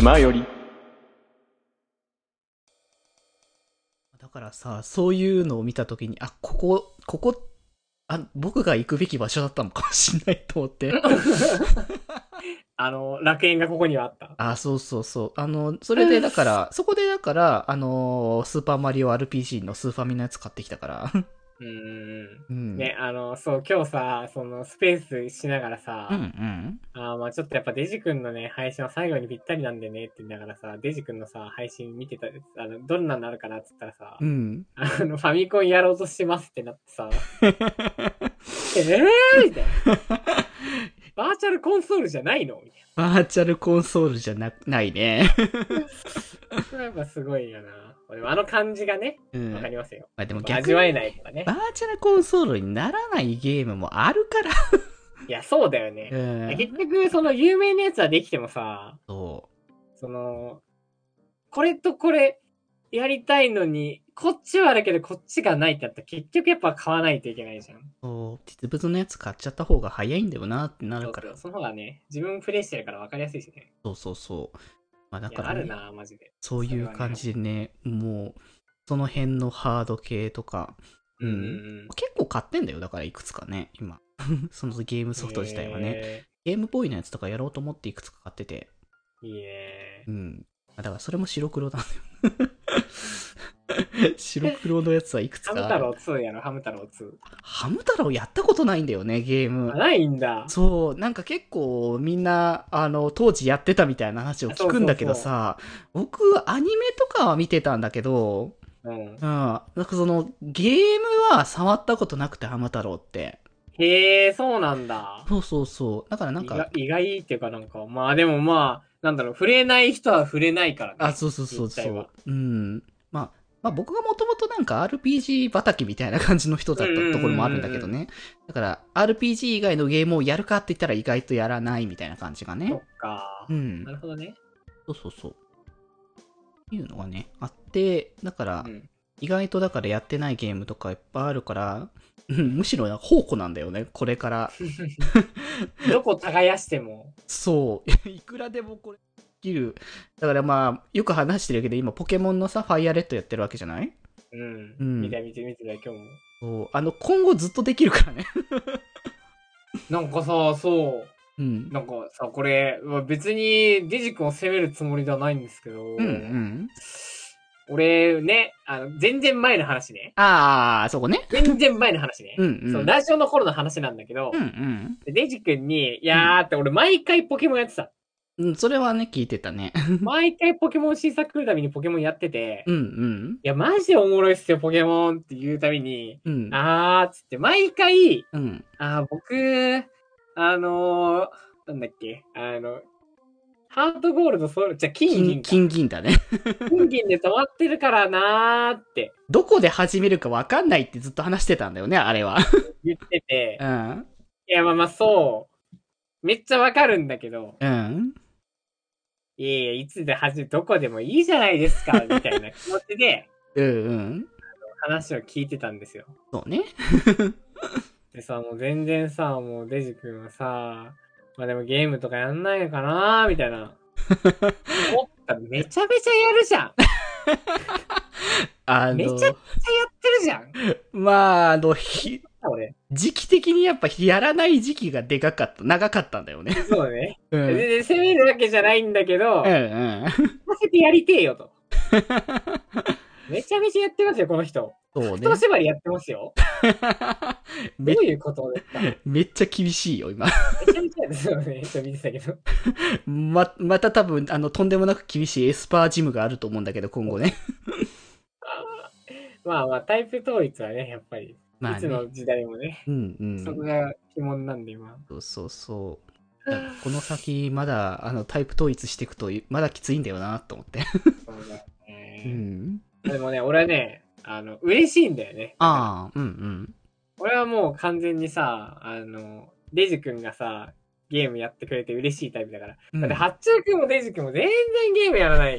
今より。 だからさ、そういうのを見たときに、あ、ここ、僕が行くべき場所だったのかもしんないと思って。 楽園がここにはあった。 そうそうそう。それでだから、そこでだから、スーパーマリオ RPG のスーファミのやつ買ってきたから。うん。 ね、そう、今日さ、スペースしながらさ、 うんうん。 まあちょっとやっぱデジ君のね、配信は最後にぴったりなんでねって言いながらさ、デジ君のさ、配信見てた、どんなのあるかなって言ったらさ、 うん。 ファミコンやろうとしますってなってさ、みたいな。バーチャルコンソールじゃないのみたいバーチャルコンソールじゃないね。 な。やっぱすごいよな。でもあの感じがね、 うん。 わかりますよ。 まあでも逆に味わえないとかね。 バーチャルコンソールにならないゲームもあるから。 いや、そうだよね。 うん。 結局、その有名なやつはできてもさ、 そこれとこれやりたいのに、こっちはあるけどこっちがないってなったら結局やっぱ買わないといけないじゃん。 実物のやつ買っちゃった方が早いんだよなってなるから。 その方がね、自分プレイしてるから分かりやすいしね。 そう。まあだから、ね、 あるな、マジで。 そういう感じでね、もう、その辺のハード系とか、結構買ってんだよ、だからいくつかね、今。そのゲームソフト自体はね。ゲームボーイのやつとかやろうと思っていくつか買ってて。 いいね。 だからそれも白黒なんだよ。白黒のやつはいくつか。 ハム太郎2やろ、ハム太郎2。 ハム太郎やったことないんだよね、ゲーム。 ないんだ。 そう、なんか結構みんな、当時やってたみたいな話を聞くんだけどさ、僕、アニメとかは見てたんだけど、なんかその、ゲームは触ったことなくて、ハム太郎って。 へえ、そうなんだ。 そう。だからなんか。 意外っていうかなんか、まあでもまあ、なんだろう、触れない人は触れないからね。 そう。まあ僕がもともとなんか RPG 畑みたいな感じの人だったところもあるんだけどね。だから RPG 以外のゲームをやるかって言ったら意外とやらないみたいな感じがね。 そっか。なるほどね。 そう。いうのがね、あって、だから、意外とだからやってないゲームとかいっぱいあるから、むしろ宝庫なんだよね、これから。 どこ耕しても。 そう。いくらでもこれできる。だからまあ、よく話してるけど、今ポケモンのさ、ファイアレッドやってるわけじゃない？ 見て今日も。 そう。今後ずっとできるからね。 なんかさ、そう。なんかさ、これ、別にデジ君を責めるつもりではないんですけど、俺ね、全然前の話ね。 そこね。 全然前の話ね。そう、ラジオの頃の話なんだけど、デジ君に、いやーって俺毎回ポケモンやってた。 それはね、聞いてたね。 毎回ポケモン新作来るたびにポケモンやってて、いや、マジでおもろいっすよ、ポケモンって言うたびに、つって、毎回、僕、なんだっけ、ハートゴールド、じゃあ金銀だね。 金銀で止まってるからなーって。 どこで始めるかわかんないってずっと話してたんだよね、あれは。 言ってて。いや、まあそう。めっちゃわかるんだけど。いや、いつでどこでもいいじゃないですか、みたいな気持ちで、話を聞いてたんですよ。 そうね。 でさ、もう全然さ、もうデジ君はさ、まあでもゲームとかやんないのかなーみたいな。思ったらめちゃめちゃやるじゃん。めちゃめちゃやってるじゃん。 まあ、時期的にやっぱやらない時期が長かったんだよね。 そうね。全然責めるわけじゃないんだけど、させてやりてえよと。めちゃめちゃやってますよ、この人。そうね。人縛りやってますよ。どういうことですか？ めっちゃ厳しいよ、今。 めちゃめちゃですよね。見てたけど。 また多分、とんでもなく厳しいエスパージムがあると思うんだけど、今後ね。 まあ、タイプ統一はね、やっぱり。いつの時代もね。そこが疑問なんで、今。 そう。この先、まだ、タイプ統一していくと、まだきついんだよな、と思って。そうだね。でもね、俺はね、嬉しいんだよね。俺はもう完全にさ、デジ君がさ、ゲームやってくれて嬉しいタイプだから。だって、八中君もデジ君も全然ゲームやらない。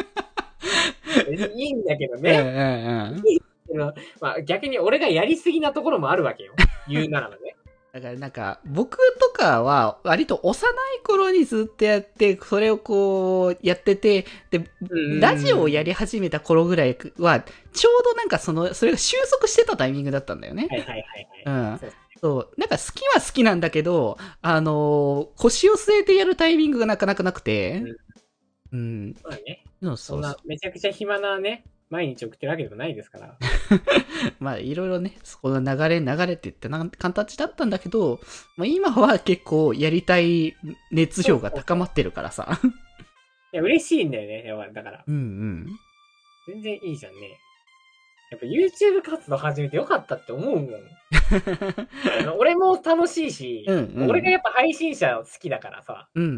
いいんだけどね。まあ逆に俺がやりすぎなところもあるわけよ。言うならばね。 だからなんか、僕とかは割と幼い頃にずっとやって、それをこう、やってて、で、ラジオをやり始めた頃ぐらいは、ちょうどなんかそれが収束してたタイミングだったんだよね。 はいはいはい、はい。うん。 そう。なんか好きは好きなんだけど、腰を据えてやるタイミングがなかなかなくて。うん。 まあね。 そうそんな、めちゃくちゃ暇なね、毎日送ってるわけでもないですから。 まあ、いろいろね、そこの流れって言って形だったんだけど、まあ今は結構やりたい熱量が高まってるからさ。 いや、嬉しいんだよね、だから。 うんうん。 全然いいじゃんね。やっぱ YouTube 活動始めてよかったって思うもん。俺も楽しいし、俺がやっぱ配信者好きだからさ。 うんうん。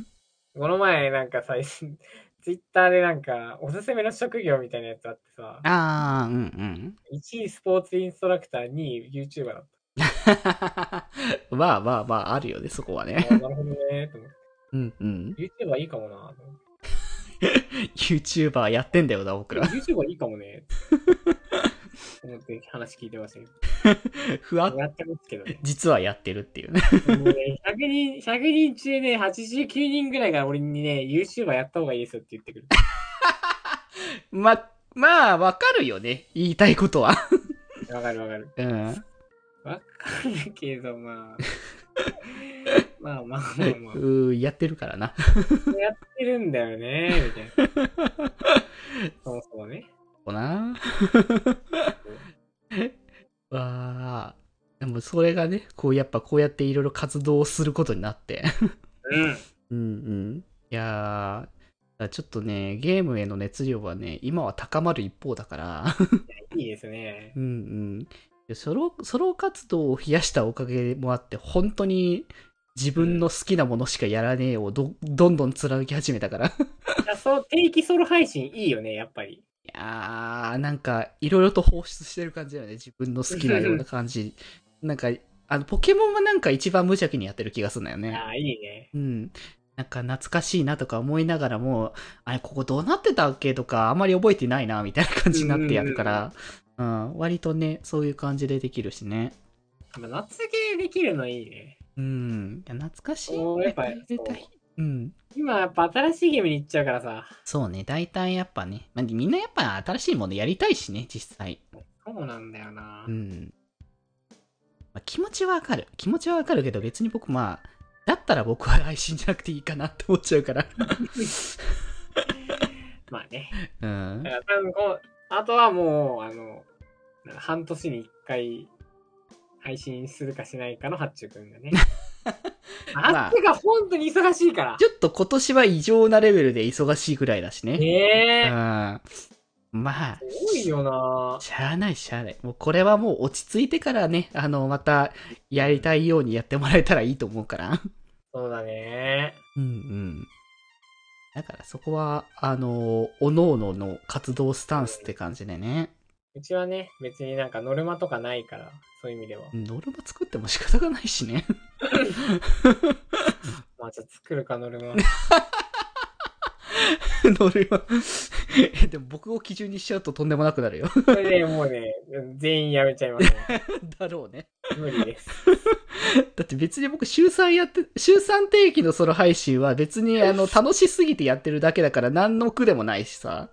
この前なんかさ、ツイッターでなんか、おすすめの職業みたいなやつあってさ。 ああ、うんうん。 1位スポーツインストラクター、2位 YouTuber だった。 まあまあまあ、あるよね、そこはね。 なるほどね、と思って。 うんうん。 YouTuber いいかもな、と思って。 YouTuber やってんだよな、僕ら。 YouTuber いいかもね。思って話聞いてましたけど。 ふわっ。 やってますけどね。 実はやってるっていうね。 もうね、100人中ね、89人ぐらいが俺にね、YouTuber やった方がいいですよって言ってくる。 まあ、わかるよね。言いたいことは。 わかるわかる。 うん。 わかるけど、まあ。まあまあまあまあ。やってるからな。 やってるんだよね、みたいな。そうそうね。 そうな。わあ。でもそれがね、やっぱこうやっていろいろ活動をすることになって。 うん。 うんうん。いやー、ちょっとね、ゲームへの熱量はね、今は高まる一方だから。 いいですね。 うんうん。ソロ活動を増やしたおかげもあって、本当に自分の好きなものしかやらねえをどんどん貫き始めたから。 定期ソロ配信いいよね、やっぱり。 いやー、なんか、いろいろと放出してる感じだよね。自分の好きなような感じ。なんか、ポケモンはなんか一番無邪気にやってる気がするんだよね。 ああ、いいね。 うん。なんか懐かしいなとか思いながらも、あれ、ここどうなってたっけとか、あんまり覚えてないな、みたいな感じになってやるから、割とね、そういう感じでできるしね。 夏ゲーできるのいいね。 うん。いや、懐かしい。 やっぱり、 うん。 今やっぱ新しいゲームに行っちゃうからさ。 そうね、大体やっぱね、みんなやっぱ新しいものやりたいしね、実際。 そうなんだよな。 うん。気持ちはわかる。気持ちはわかるけど、別に僕だったら僕は配信じゃなくていいかなって思っちゃうから。 まあね。 うん。 だから多分あとはもう、半年に1回配信するかしないかのハッチュ君がね。ハッチュが本当に忙しいから。 ちょっと今年は異常なレベルで忙しいぐらいだしね。 うん。 まあ。 すごいよな。 しゃあない。もうこれはもう落ち着いてからね、またやりたいようにやってもらえたらいいと思うから。 そうだね。 うんうん。だからそこは、おのおのの活動スタンスって感じでね。 うちはね、別になんかノルマとかないから、そういう意味では。 ノルマ作っても仕方がないしね。 まあじゃあ作るか、ノルマ。 ノルマ。でも僕を基準にしちゃうととんでもなくなるよ。 それでもうね、全員やめちゃいますね。 だろうね。 無理です。 だって別に僕週3定期のソロ配信は別に楽しすぎてやってるだけだから何の苦でもないしさ。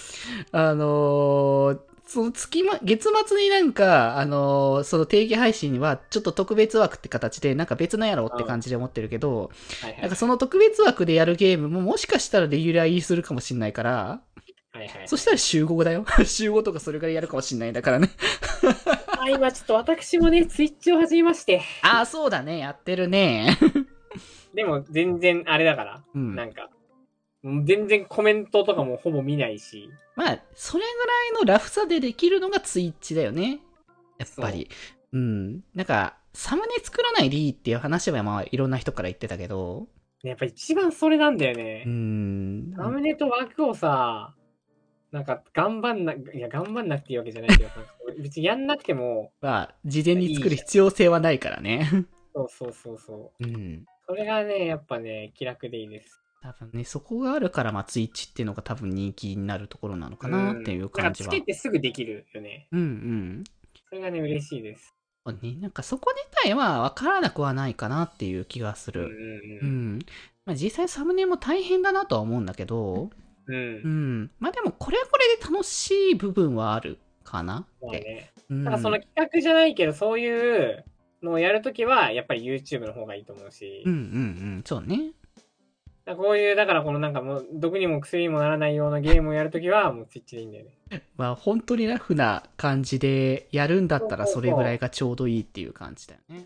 その月末になんか、その定期配信はちょっと特別枠って形でなんか別のやろうって感じで思ってるけど、なんかその特別枠でやるゲームももしかしたらレギュラー入りするかもしんないから、そしたら週5だよ。週5とかそれぐらいやるかもしんないんだからね。 今ちょっと私もね、ツイッチを始めまして。 そうだね、やってるね。 でも全然あれだから、なんか、全然コメントとかもほぼ見ないし。 まあ、それぐらいのラフさでできるのがツイッチだよね。やっぱり。なんか、サムネ作らないでいいっていう話はいろんな人から言ってたけど。 やっぱ一番それなんだよね。サムネと枠をさ、なんか頑張んなくていいわけじゃないけど、別にやんなくても。 事前に作る必要性はないからね。 そう。それがね、やっぱね、気楽でいいです。 多分ね、そこがあるから、ツイッチっていうのが多分人気になるところなのかなっていう感じは。 つけてすぐできるよね。 それがね、嬉しいです。 なんかそこ自体は分からなくはないかなっていう気がする。うん。まあ、実際サムネも大変だなとは思うんだけど、うん。まあでもこれはこれで楽しい部分はあるかなって。 ただその企画じゃないけど、そういうのをやるときは、やっぱり YouTube の方がいいと思うし。 そうね。 こういう、だからこのなんかもう、毒にも薬にもならないようなゲームをやるときは、もう Twitch でいいんだよね。 まあ本当にラフな感じでやるんだったらそれぐらいがちょうどいいっていう感じだよね。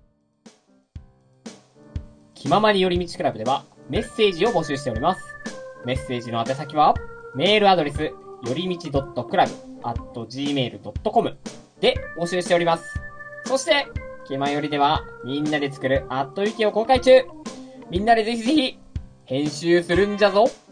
気ままに寄り道クラブではメッセージを募集しております。メッセージの宛先は、メールアドレス、よりみち .club@gmail.com で募集しております。そして、気まよりでは、みんなで作るウィキを公開中。みんなでぜひぜひ、編集するんじゃぞ。